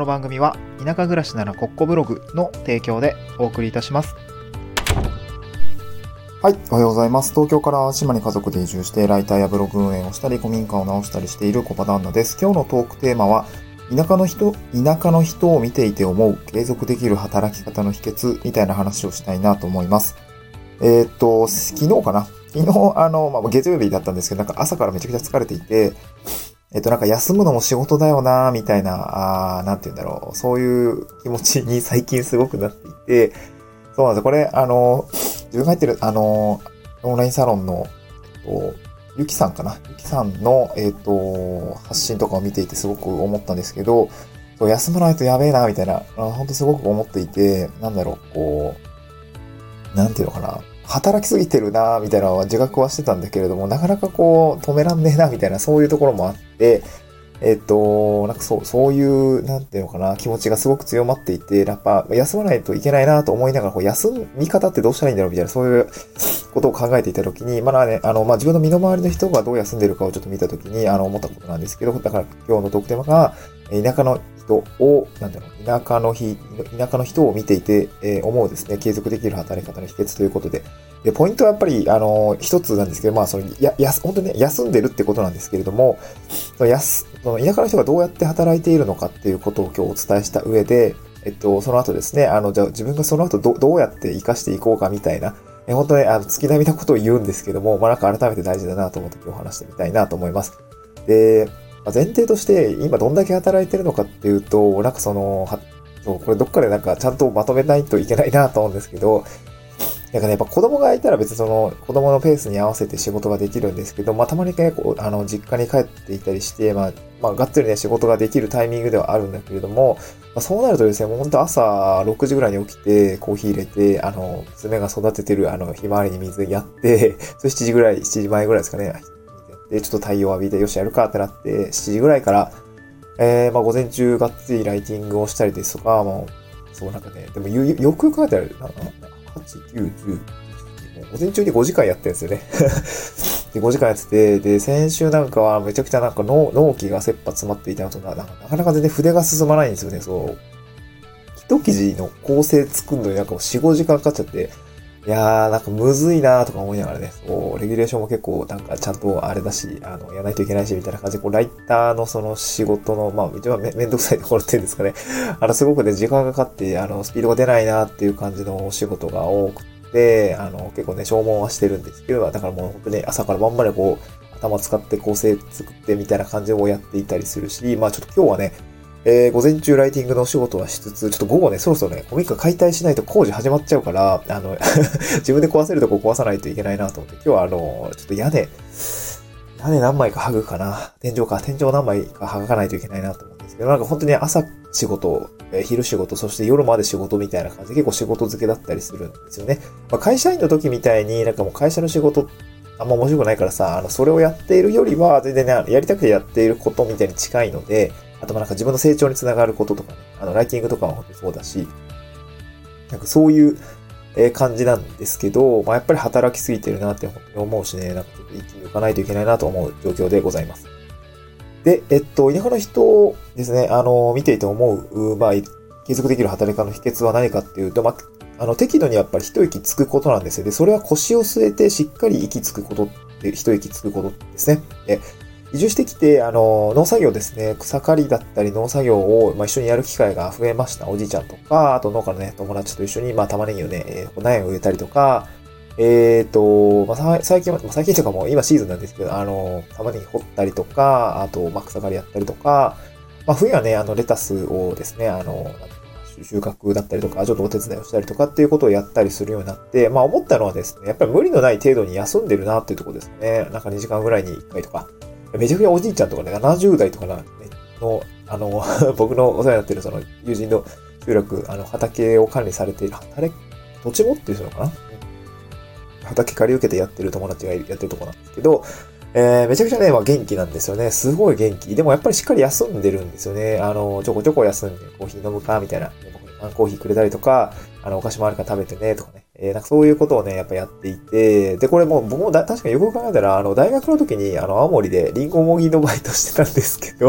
の番組は田舎暮らしならコッコブログの提供でお送りいたします。 はい、おはようございます。東京から島に家族で移住してライターやブログ運営をしたり古民家を直したりしているコパ旦那です。今日のトークテーマは田舎の人を見ていて思う継続できる働き方の秘訣みたいな話をしたいなと思います。昨日かな昨日月曜日だったんですけど、朝からめちゃくちゃ疲れていて、休むのも仕事だよなみたいな、なんて言うんだろう、そういう気持ちに最近すごくなっていて、そうなんです。これ、自分が入ってる、オンラインサロンの、ゆきさんかなゆきさんの、発信とかを見ていてすごく思ったんですけど、休まないとやべえな、みたいな、本当すごく思っていて、なんていうのかな。働きすぎてるなみたいなのは自覚はしてたんだけれども、なかなか止めらんねえなみたいな、そういうところもあって、そういう、なんていうのかな、気持ちがすごく強まっていて、やっぱ、休まないといけないなと思いながら、休み方ってどうしたらいいんだろうみたいな、そういうことを考えていたときに、自分の身の回りの人がどう休んでるかをちょっと見たときに、思ったことなんですけど、だから今日のトークテーマが、田舎の人を見ていて、思うですね、継続できる働き方の秘訣ということで、ポイントはやっぱり、一つなんですけど、本当にね、休んでるってことなんですけれども、田舎の人がどうやって働いているのかっていうことを今日お伝えした上で、その後ですね、じゃあ自分がその後どうやって活かしていこうかみたいな、本当に月並みなことを言うんですけども、改めて大事だなと思って今日話してみたいなと思います。で、前提として今どんだけ働いてるのかっていうと、これどっかでちゃんとまとめないといけないなと思うんですけど、やっぱ子供がいたら別に子供のペースに合わせて仕事ができるんですけど、たまにね、実家に帰っていたりして、がっつりね、仕事ができるタイミングではあるんだけれども、そうなるとですね、もう本当朝6時ぐらいに起きて、コーヒー入れて、娘が育ててるひまわりに水やって、それ7時前ぐらいですかね、で、ちょっと太陽浴びて、よし、やるかってなって、7時ぐらいから、午前中がっつりライティングをしたりですとか、でもよく考えたら、8、9、10、午前中に5時間やってるんですよね。で、5時間やってて、で、先週はめちゃくちゃ納期が切羽詰まっていたのとなかなか全然筆が進まないんですよね、一記事の構成作るのに4、5時間かかっちゃって、いやー、むずいなーとか思いながらね、レギュレーションも結構ちゃんとあれだし、やらないといけないし、みたいな感じで、ライターのその仕事の、一番めんどくさいところっていうんですかね。すごくね、時間がかかって、スピードが出ないなっていう感じのお仕事が多くて、結構ね、消耗はしてるんですけど、だからもう本当に朝から晩まで頭使って構成作ってみたいな感じをやっていたりするし、ちょっと今日はね、午前中ライティングのお仕事はしつつ、ちょっと午後ね、そろそろね、古民家解体しないと工事始まっちゃうから、自分で壊せるとこ壊さないといけないなと思って、今日はちょっと屋根何枚か剥ぐかな。天井何枚か剥がないといけないなと思うんですけど、本当に朝仕事、昼仕事、そして夜まで仕事みたいな感じで結構仕事付けだったりするんですよね。会社員の時みたいにもう会社の仕事あんま面白くないからさ、それをやっているよりは全然ね、やりたくてやっていることみたいに近いので、あと自分の成長につながることとかね、ライティングとかも本当にそうだし、そういう感じなんですけど、やっぱり働きすぎてるなって思うしね、ちょっと一気に抜かないといけないなと思う状況でございます。で、田舎の人ですね、見ていて思う、継続できる働き方の秘訣は何かっていうと、適度にやっぱり一息つくことなんですよ。で、それは腰を据えてしっかり一息つくことですね。で、移住してきて、農作業ですね、草刈りだったり農作業を、一緒にやる機会が増えました。おじいちゃんとか、あと農家のね、友達と一緒に、玉ねぎをね、苗を植えたりとか、最近とかも今シーズンなんですけど、玉ねぎ掘ったりとか、あと、草刈りやったりとか、冬はね、レタスをですね、収穫だったりとか、ちょっとお手伝いをしたりとかっていうことをやったりするようになって、思ったのはですね、やっぱり無理のない程度に休んでるなっていうところですね。2時間ぐらいに1回とか。めちゃくちゃおじいちゃんとかね、70代とか僕のお世話になってるその友人の集落、畑を管理されている、土地持っていうのかな畑借り受けてやってる友達がやってるところなんですけど、めちゃくちゃね、元気なんですよね。すごい元気。でもやっぱりしっかり休んでるんですよね。ちょこちょこ休んでコーヒー飲むかみたいな。僕に缶コーヒーくれたりとか、お菓子もあるから食べてね、とかね。そういうことをね、やっぱやっていて、で、これも僕も確かによく考えたら、大学の時に、青森でリンゴもぎのバイトしてたんですけど、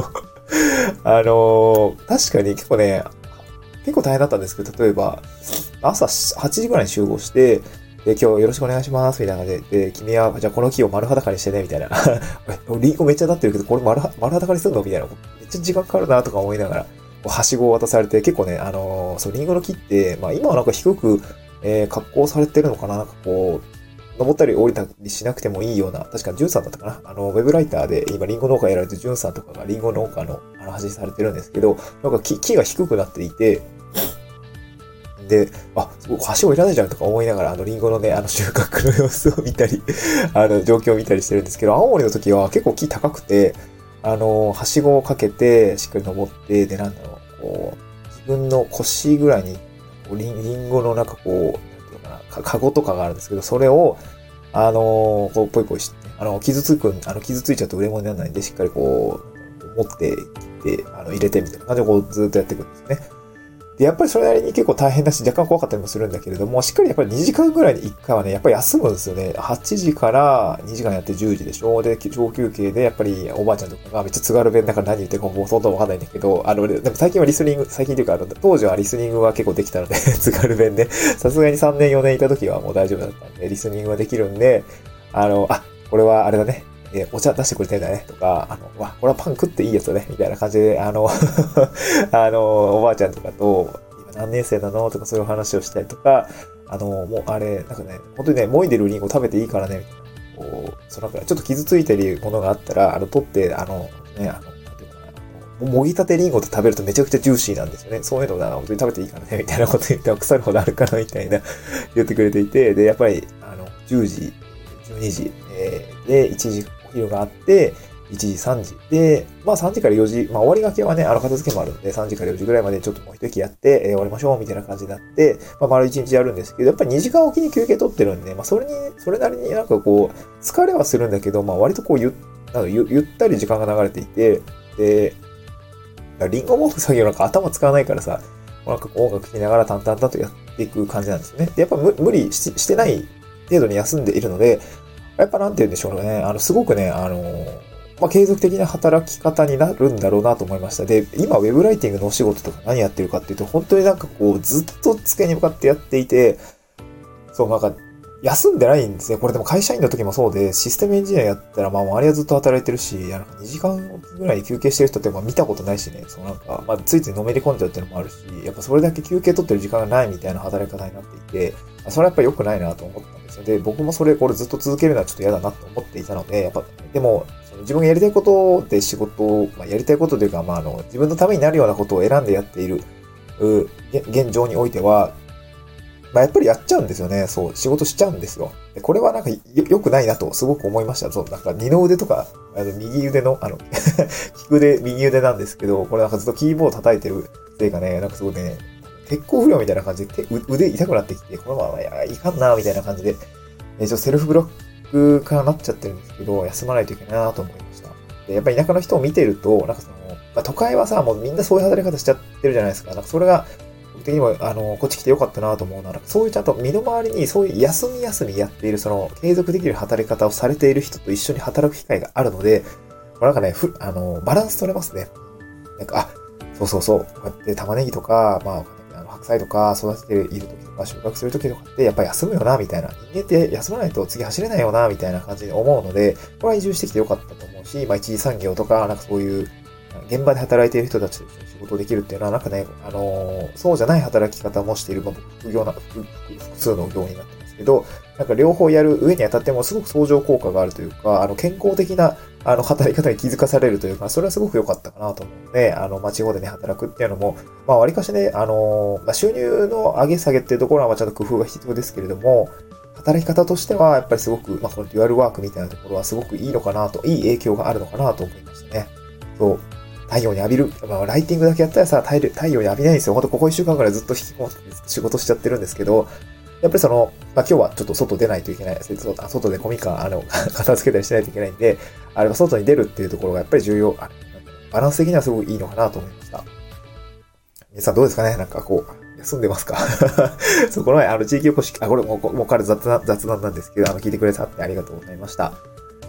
確かに結構ね、結構大変だったんですけど、例えば、朝8時ぐらいに集合して、で、今日よろしくお願いします、みたいな感じで、君は、じゃあこの木を丸裸にしてね、みたいな。リンゴめっちゃ立ってるけど、これ丸裸にするのみたいな。めっちゃ時間かかるな、とか思いながら、はしごを渡されて、結構ね、そう、リンゴの木って、まあ今はなんか低く、格好されてるのかな、なんかこう、登ったり降りたりしなくてもいいような、確かジュンさんだったかな。ウェブライターで今リンゴ農家やられてるジュンさんとかがリンゴ農家の発信されてるんですけど、なんか木が低くなっていて、で、すごい、橋をいらないじゃんとか思いながら、リンゴのね、収穫の様子を見たり、状況を見たりしてるんですけど、青森の時は結構木高くて、はしごをかけて、しっかり登って、で、なんだろう、こう、自分の腰ぐらいに、リンゴのなんかこう、なんていうのかな、カゴとかがあるんですけど、それを、こう、ポイポイして、傷ついちゃうと売れ物にならないんで、しっかりこう、持ってきて、入れてみたいな感じでこう、ずっとやっていくんですね。で、やっぱりそれなりに結構大変だし、若干怖かったりもするんだけれども、しっかりやっぱり2時間ぐらいに1回はね、やっぱり休むんですよね。8時から2時間やって10時でしょ。で、上休憩で、やっぱりおばあちゃんとかがめっちゃ津軽弁だから何言ってるかもうほとんどわかんないんだけど、でも最近はリスニング、最近というか、当時はリスニングは結構できたので、津軽弁で、さすがに3年4年いた時はもう大丈夫だったんで、リスニングはできるんで、これはあれだね。お茶出してくれてんだね、とか、これはパン食っていいやつだね、みたいな感じで、おばあちゃんとかと、今何年生なのとかそういう話をしたりとか、もうあれ、なんかね、本当にね、もいでるリンゴ食べていいからね、みたいな。こう、なんかちょっと傷ついてるものがあったら、取って、なんていうかな、もぎたてリンゴって食べるとめちゃくちゃジューシーなんですよね。そういうのが本当に食べていいからね、みたいなこと言って、腐るほどあるから、みたいな言ってくれていて、で、やっぱり、10時、12時、で、1時お昼があって、1時、3時。で、3時から4時、終わりがけはね、片付けもあるんで、3時から4時ぐらいまでちょっともう一息やって、終わりましょう、みたいな感じになって、丸1日やるんですけど、やっぱり2時間おきに休憩取ってるんで、それなりになんかこう、疲れはするんだけど、割とこうゆったり時間が流れていて、で、リンゴモープ作業なんか頭使わないからさ、なんか音楽聴きながら淡々とやっていく感じなんですよね。で、やっぱ無理してない程度に休んでいるので、やっぱなんて言うんでしょうね。すごくね、継続的な働き方になるんだろうなと思いました。で、今、ウェブライティングのお仕事とか何やってるかっていうと、本当になんかこう、ずっと机に向かってやっていて、そう、なんか、休んでないんですね。これでも会社員の時もそうで、システムエンジニアやったら、周りはずっと働いてるし、2時間ぐらい休憩してる人って見たことないしね、そうなんか、ついついのめり込んじゃうっていうのもあるし、やっぱそれだけ休憩取ってる時間がないみたいな働き方になっていて、それはやっぱ良くないなと思ったんですよ。で、僕もこれずっと続けるのはちょっと嫌だなと思っていたので、やっぱ、でも、自分がやりたいことで仕事を、やりたいことというか、自分のためになるようなことを選んでやっている、現状においては、やっぱりやっちゃうんですよね。そう、仕事しちゃうんですよ。でこれはなんか良くないなとすごく思いました。そう、なんか二の腕とか、右腕の、利く腕、右腕なんですけど、これなんかずっとキーボード叩いてるせいかね、なんかすごいね、血行不良みたいな感じで、腕痛くなってきて、このままいかんな、みたいな感じで、セルフブロックからなっちゃってるんですけど、休まないといけないなと思いました。で、やっぱり田舎の人を見てると、なんか都会はさ、もうみんなそういう働き方しちゃってるじゃないですか。なんかそれが、僕的にも、こっち来てよかったなと思うなら、そういうちゃんと身の回りに、そういう休みやっている、継続できる働き方をされている人と一緒に働く機会があるので、なんかね、バランス取れますね。なんか、そう。こうやって玉ねぎとか、白菜とか育てている時とか収穫する時とかってやっぱ休むよな、みたいな。人間って休まないと次走れないよな、みたいな感じで思うので、これは移住してきてよかったと思うし、一次産業とか、なんかそういう、現場で働いている人たちと仕事できるっていうのは、なんかね、そうじゃない働き方もしている、複数の業になってますけど、なんか両方やる上にあたってもすごく相乗効果があるというか、健康的な、働き方に気づかされるというか、それはすごく良かったかなと思うので、地方でね、働くっていうのも、割かしね、収入の上げ下げっていうところは、ちゃんと工夫が必要ですけれども、働き方としては、やっぱりすごく、このデュアルワークみたいなところはすごくいいのかなと、いい影響があるのかなと思いましたね。そう。太陽に浴びる。ライティングだけやったらさ、太陽に浴びないんですよ。ほんとここ1週間くらいずっと引きこもって仕事しちゃってるんですけど、やっぱり今日はちょっと外出ないといけない。外でコミカ片付けたりしないといけないんで、あれは外に出るっていうところがやっぱり重要。バランス的にはすごくいいのかなと思いました。皆さんどうですかね、なんかこう、休んでますかそう、この前、地域おこし、これもう彼雑談なんですけど、聞いてくれてあってありがとうございました。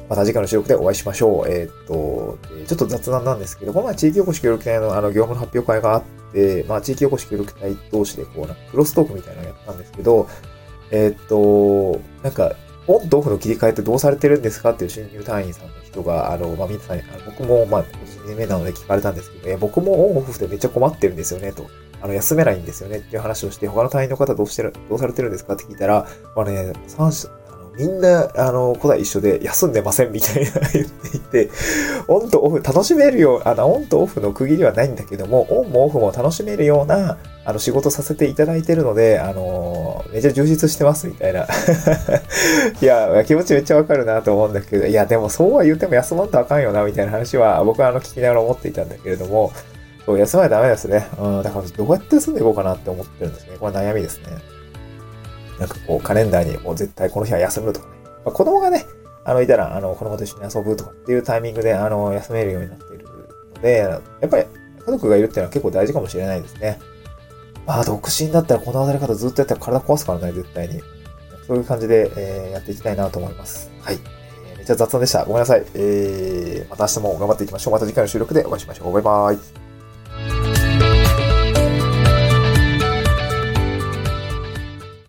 また次回の収録でお会いしましょう。ちょっと雑談なんですけど、この前地域おこし協力隊の業務の発表会があって、地域おこし協力隊同士でクロストークみたいなのをやったんですけど、なんか、オンとオフの切り替えってどうされてるんですかっていう新入隊員さんの人が、皆さんに、僕も、1年目なので聞かれたんですけど、僕もオンオフでめっちゃ困ってるんですよね、と。休めないんですよねっていう話をして、他の隊員の方どうされてるんですかって聞いたら、みんな、答え一緒で休んでませんみたいな言っていて、オンとオフ楽しめるよう、オンとオフの区切りはないんだけども、オンもオフも楽しめるような、仕事させていただいてるので、めっちゃ充実してますみたいな。いや、気持ちめっちゃわかるなと思うんだけど、いや、でもそうは言っても休まんとあかんよな、みたいな話は、僕は聞きながら思っていたんだけれども、そう休まないとダメですね。だからどうやって休んでいこうかなって思ってるんですね。これは悩みですね。なんかカレンダーにもう絶対この日は休むとかね。子供がね、いたら、子供と一緒に遊ぶとかっていうタイミングで、休めるようになっているので、やっぱり家族がいるっていうのは結構大事かもしれないですね。独身だったらこの当たり方ずっとやったら体壊すからね、絶対に。そういう感じで、やっていきたいなと思います。はい。めっちゃ雑談でした。ごめんなさい。また明日も頑張っていきましょう。また次回の収録でお会いしましょう。バイバーイ。